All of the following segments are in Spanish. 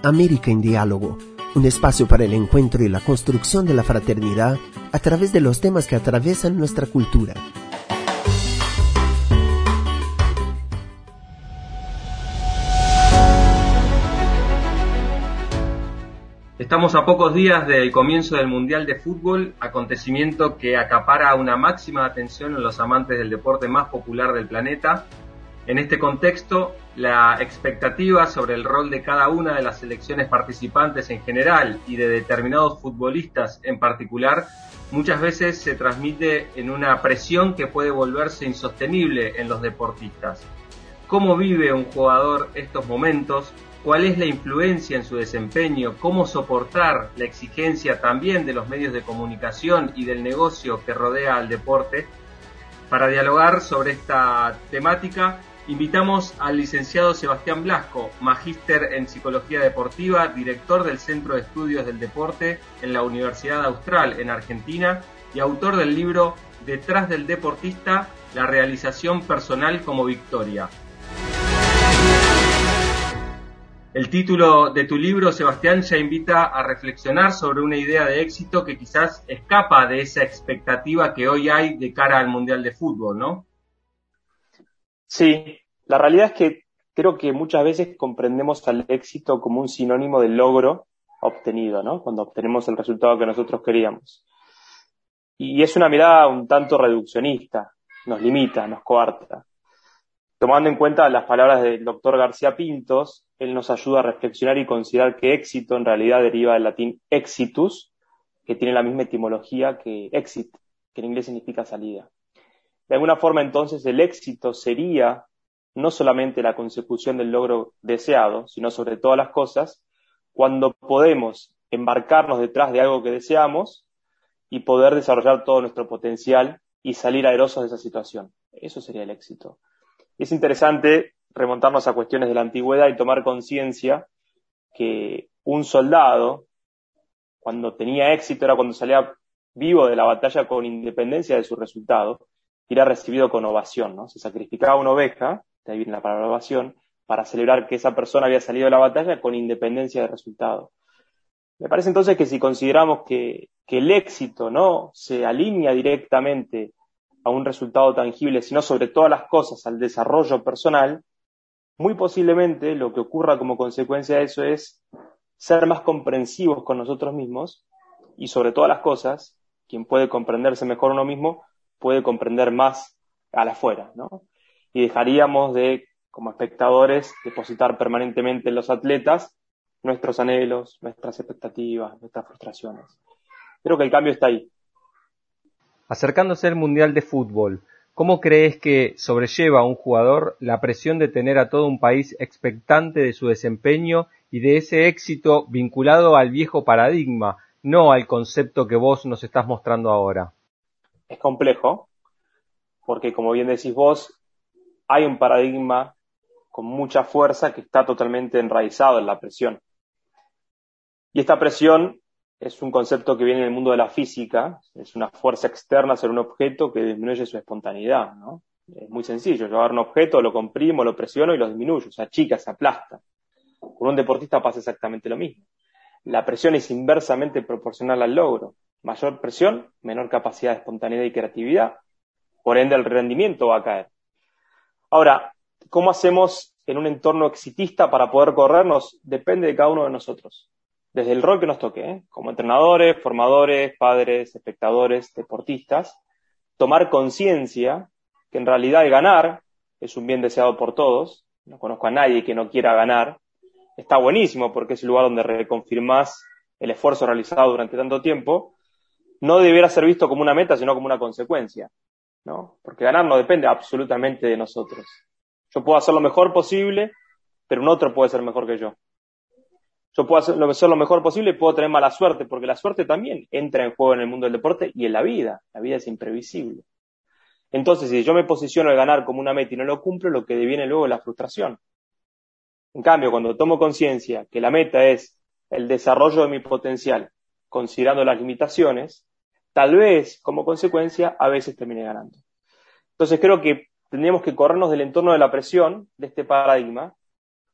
América en Diálogo, un espacio para el encuentro y la construcción de la fraternidad a través de los temas que atraviesan nuestra cultura. Estamos a pocos días del comienzo del Mundial de Fútbol, acontecimiento que acapara una máxima atención en los amantes del deporte más popular del planeta. En este contexto, la expectativa sobre el rol de cada una de las selecciones participantes en general y de determinados futbolistas en particular, muchas veces se transmite en una presión que puede volverse insostenible en los deportistas. ¿Cómo vive un jugador estos momentos? ¿Cuál es la influencia en su desempeño? ¿Cómo soportar la exigencia también de los medios de comunicación y del negocio que rodea al deporte? Para dialogar sobre esta temática, invitamos al licenciado Sebastián Blasco, magíster en Psicología Deportiva, director del Centro de Estudios del Deporte en la Universidad Austral en Argentina y autor del libro Detrás del deportista, la realización personal como victoria. El título de tu libro, Sebastián, ya invita a reflexionar sobre una idea de éxito que quizás escapa de esa expectativa que hoy hay de cara al Mundial de Fútbol, ¿no? Sí, la realidad es que creo que muchas veces comprendemos al éxito como un sinónimo del logro obtenido, ¿no? Cuando obtenemos el resultado que nosotros queríamos. Y es una mirada un tanto reduccionista, nos limita, nos coarta. Tomando en cuenta las palabras del doctor García Pintos, él nos ayuda a reflexionar y considerar que éxito en realidad deriva del latín exitus, que tiene la misma etimología que exit, que en inglés significa salida. De alguna forma, entonces, el éxito sería no solamente la consecución del logro deseado, sino sobre todas las cosas, cuando podemos embarcarnos detrás de algo que deseamos y poder desarrollar todo nuestro potencial y salir airosos de esa situación. Eso sería el éxito. Es interesante remontarnos a cuestiones de la antigüedad y tomar conciencia que un soldado, cuando tenía éxito, era cuando salía vivo de la batalla con independencia de su resultado, y era recibido con ovación, ¿no? Se sacrificaba una oveja, de ahí viene la palabra ovación, para celebrar que esa persona había salido de la batalla con independencia del resultado. Me parece entonces que si consideramos que el éxito no se alinea directamente a un resultado tangible, sino sobre todas las cosas al desarrollo personal, muy posiblemente lo que ocurra como consecuencia de eso es ser más comprensivos con nosotros mismos y sobre todas las cosas, quien puede comprenderse mejor uno mismo, puede comprender más al afuera, ¿no? Y dejaríamos de, como espectadores, depositar permanentemente en los atletas nuestros anhelos, nuestras expectativas, nuestras frustraciones. Creo que el cambio está ahí. Acercándose al Mundial de Fútbol, ¿cómo crees que sobrelleva a un jugador la presión de tener a todo un país expectante de su desempeño y de ese éxito vinculado al viejo paradigma, no al concepto que vos nos estás mostrando ahora? Es complejo, porque como bien decís vos, hay un paradigma con mucha fuerza que está totalmente enraizado en la presión. Y esta presión es un concepto que viene del mundo de la física, es una fuerza externa sobre un objeto que disminuye su espontaneidad, ¿no? Es muy sencillo, yo agarro un objeto, lo comprimo, lo presiono y lo disminuyo, se achica, se aplasta. Con un deportista pasa exactamente lo mismo. La presión es inversamente proporcional al logro. Mayor presión, menor capacidad de espontaneidad y creatividad, por ende el rendimiento va a caer. Ahora, ¿cómo hacemos en un entorno exitista para poder corrernos? Depende de cada uno de nosotros. Desde el rol que nos toque, como entrenadores, formadores, padres, espectadores, deportistas, tomar conciencia que en realidad el ganar es un bien deseado por todos. No conozco a nadie que no quiera ganar. Está buenísimo porque es el lugar donde reconfirmás el esfuerzo realizado durante tanto tiempo. No deberá ser visto como una meta, sino como una consecuencia, ¿no? Porque ganar no depende absolutamente de nosotros. Yo puedo hacer lo mejor posible, pero un otro puede ser mejor que yo. Yo puedo hacer lo mejor posible y puedo tener mala suerte, porque la suerte también entra en juego en el mundo del deporte y en la vida. La vida es imprevisible. Entonces, si yo me posiciono al ganar como una meta y no lo cumplo, lo que deviene luego es la frustración. En cambio, cuando tomo conciencia que la meta es el desarrollo de mi potencial, considerando las limitaciones, tal vez, como consecuencia, a veces termine ganando. Entonces creo que tendríamos que corrernos del entorno de la presión, de este paradigma,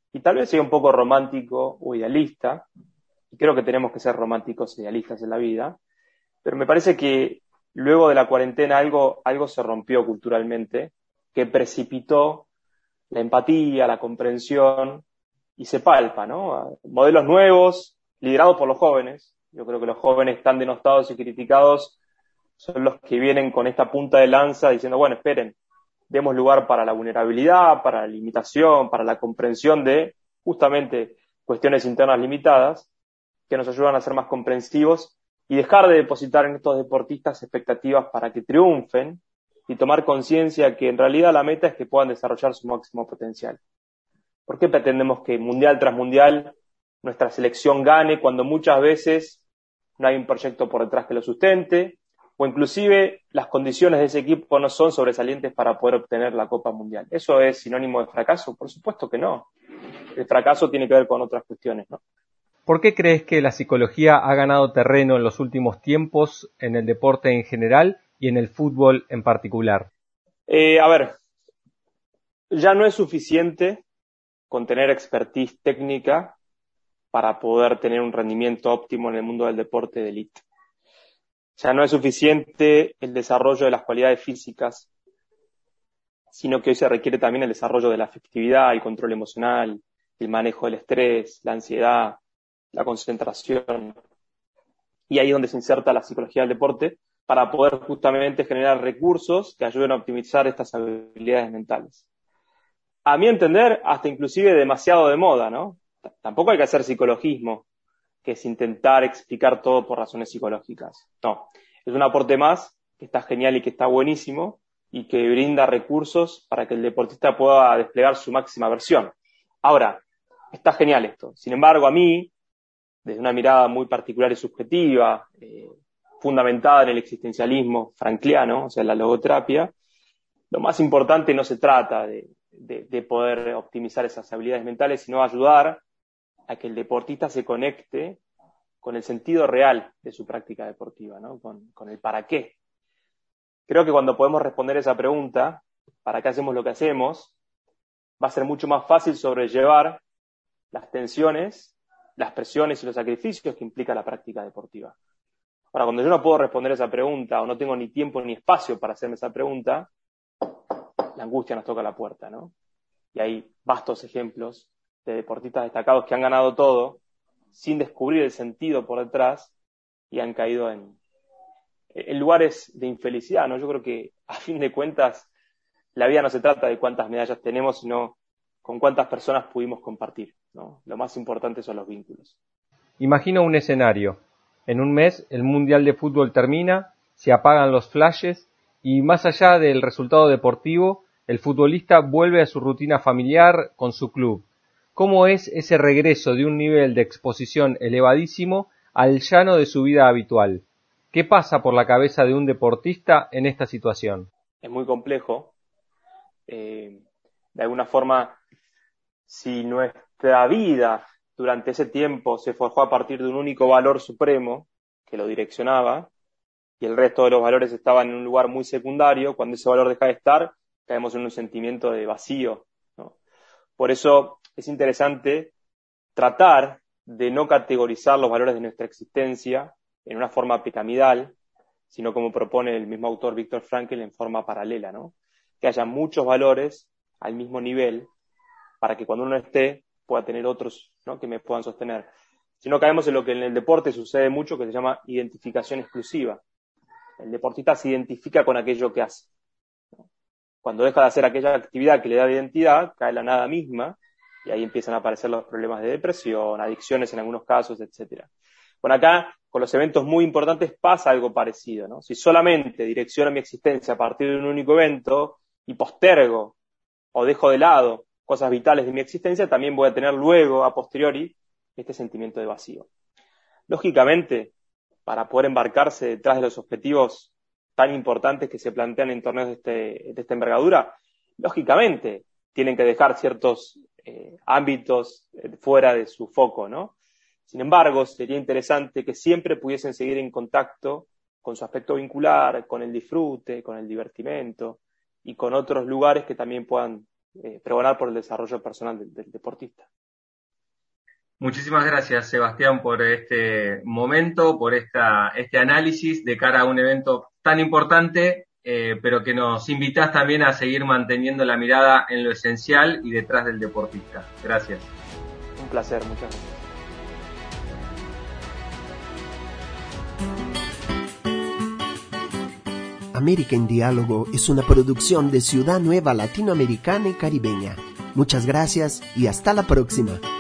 Y tal vez sea un poco romántico o idealista, y creo que tenemos que ser románticos e idealistas en la vida, pero me parece que luego de la cuarentena algo se rompió culturalmente, que precipitó la empatía, la comprensión, y se palpa, ¿no? Modelos nuevos, liderados por los jóvenes. Yo creo que los jóvenes tan denostados y criticados son los que vienen con esta punta de lanza diciendo, bueno, esperen, demos lugar para la vulnerabilidad, para la limitación, para la comprensión de justamente cuestiones internas limitadas que nos ayudan a ser más comprensivos y dejar de depositar en estos deportistas expectativas para que triunfen y tomar conciencia que en realidad la meta es que puedan desarrollar su máximo potencial. ¿Por qué pretendemos que mundial tras mundial nuestra selección gane cuando muchas veces no hay un proyecto por detrás que lo sustente o inclusive las condiciones de ese equipo no son sobresalientes para poder obtener la Copa Mundial? ¿Eso es sinónimo de fracaso? Por supuesto que no. El fracaso tiene que ver con otras cuestiones, ¿no? ¿Por qué crees que la psicología ha ganado terreno en los últimos tiempos en el deporte en general y en el fútbol en particular? A ver, ya no es suficiente con tener expertise técnica para poder tener un rendimiento óptimo en el mundo del deporte de élite. Ya no es suficiente el desarrollo de las cualidades físicas, sino que hoy se requiere también el desarrollo de la afectividad, el control emocional, el manejo del estrés, la ansiedad, la concentración. Y ahí es donde se inserta la psicología del deporte para poder justamente generar recursos que ayuden a optimizar estas habilidades mentales. A mi entender, hasta inclusive demasiado de moda, ¿no? Tampoco hay que hacer psicologismo, que es intentar explicar todo por razones psicológicas. No, es un aporte más que está genial y que está buenísimo y que brinda recursos para que el deportista pueda desplegar su máxima versión. Ahora, está genial esto. Sin embargo, a mí, desde una mirada muy particular y subjetiva, fundamentada en el existencialismo frankliano, o sea, la logoterapia, lo más importante no se trata de poder optimizar esas habilidades mentales, sino ayudar a que el deportista se conecte con el sentido real de su práctica deportiva, ¿no? Con el para qué. Creo que cuando podemos responder esa pregunta, ¿para qué hacemos lo que hacemos?, va a ser mucho más fácil sobrellevar las tensiones, las presiones y los sacrificios que implica la práctica deportiva. Ahora, cuando yo no puedo responder esa pregunta o no tengo ni tiempo ni espacio para hacerme esa pregunta, la angustia nos toca la puerta, ¿no? Y hay vastos ejemplos de deportistas destacados que han ganado todo sin descubrir el sentido por detrás y han caído en lugares de infelicidad, ¿no? Yo creo que, a fin de cuentas, la vida no se trata de cuántas medallas tenemos, sino con cuántas personas pudimos compartir, ¿no? Lo más importante son los vínculos. Imagino un escenario. En un mes el Mundial de Fútbol termina, se apagan los flashes y más allá del resultado deportivo, el futbolista vuelve a su rutina familiar con su club. ¿Cómo es ese regreso de un nivel de exposición elevadísimo al llano de su vida habitual? ¿Qué pasa por la cabeza de un deportista en esta situación? Es muy complejo. De alguna forma, si nuestra vida durante ese tiempo se forjó a partir de un único valor supremo que lo direccionaba y el resto de los valores estaban en un lugar muy secundario, cuando ese valor deja de estar, caemos en un sentimiento de vacío, ¿no? Por eso es interesante tratar de no categorizar los valores de nuestra existencia en una forma piramidal, sino como propone el mismo autor Viktor Frankl en forma paralela, ¿no? Que haya muchos valores al mismo nivel para que cuando uno esté pueda tener otros, ¿no?, que me puedan sostener. Si no, caemos en lo que en el deporte sucede mucho, que se llama identificación exclusiva. El deportista se identifica con aquello que hace. Cuando deja de hacer aquella actividad que le da identidad, cae la nada misma y ahí empiezan a aparecer los problemas de depresión, adicciones en algunos casos, etcétera. Bueno, acá, con los eventos muy importantes, pasa algo parecido, ¿no? Si solamente direcciono mi existencia a partir de un único evento y postergo o dejo de lado cosas vitales de mi existencia, también voy a tener luego, a posteriori, este sentimiento de vacío. Lógicamente, para poder embarcarse detrás de los objetivos tan importantes que se plantean en torneos de esta envergadura, lógicamente tienen que dejar ciertos ámbitos fuera de su foco, ¿no? Sin embargo, sería interesante que siempre pudiesen seguir en contacto con su aspecto vincular, con el disfrute, con el divertimento y con otros lugares que también puedan pregonar por el desarrollo personal del deportista. Muchísimas gracias, Sebastián, por este momento, por este análisis de cara a un evento tan importante, pero que nos invitas también a seguir manteniendo la mirada en lo esencial y detrás del deportista. Gracias. Un placer, muchas gracias. América en Diálogo es una producción de Ciudad Nueva Latinoamericana y Caribeña. Muchas gracias y hasta la próxima.